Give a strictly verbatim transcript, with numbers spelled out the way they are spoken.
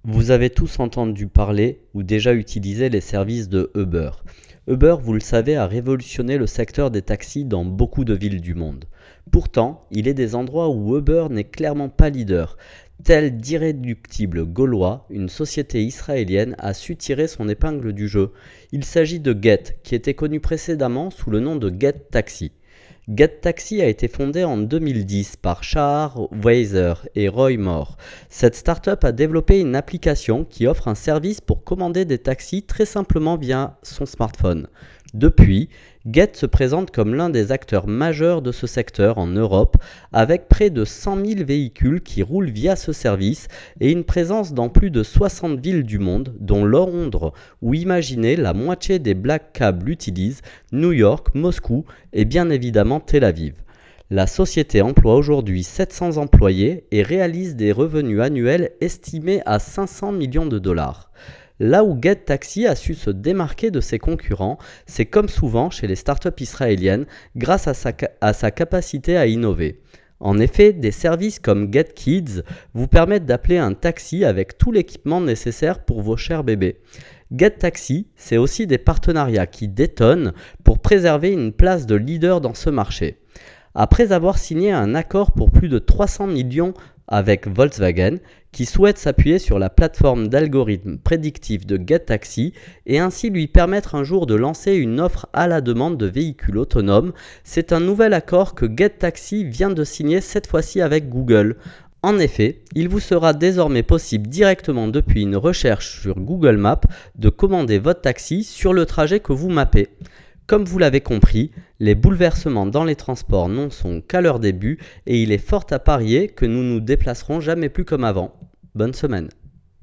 Vous avez tous entendu parler ou déjà utilisé les services de Uber. Uber, vous le savez, a révolutionné le secteur des taxis dans beaucoup de villes du monde. Pourtant, il est des endroits où Uber n'est clairement pas leader. Tel d'irréductible gaulois, une société israélienne a su tirer son épingle du jeu. Il s'agit de Gett, qui était connu précédemment sous le nom de Gett Taxi. Gett Taxi a été fondé en deux mille dix par Shahar Weiser et Roy Moore. Cette start-up a développé une application qui offre un service pour commander des taxis très simplement via son smartphone. Depuis, Gett se présente comme l'un des acteurs majeurs de ce secteur en Europe, avec près de cent mille véhicules qui roulent via ce service et une présence dans plus de soixante villes du monde, dont Londres, où imaginez la moitié des Black Cabs l'utilisent, New York, Moscou et bien évidemment Tel Aviv. La société emploie aujourd'hui sept cents employés et réalise des revenus annuels estimés à cinq cents millions de dollars. Là où Gett Taxi a su se démarquer de ses concurrents, c'est comme souvent chez les startups israéliennes, grâce à sa, à sa capacité à innover. En effet, des services comme Gett Kids vous permettent d'appeler un taxi avec tout l'équipement nécessaire pour vos chers bébés. Gett Taxi, c'est aussi des partenariats qui détonnent pour préserver une place de leader dans ce marché. Après avoir signé un accord pour plus de trois cents millions avec Volkswagen, qui souhaite s'appuyer sur la plateforme d'algorithmes prédictifs de Gett Taxi et ainsi lui permettre un jour de lancer une offre à la demande de véhicules autonomes, c'est un nouvel accord que Gett Taxi vient de signer cette fois-ci avec Google. En effet, il vous sera désormais possible directement depuis une recherche sur Google Maps de commander votre taxi sur le trajet que vous mappez. Comme vous l'avez compris, les bouleversements dans les transports n'en sont qu'à leur début et il est fort à parier que nous nous déplacerons jamais plus comme avant. Bonne semaine.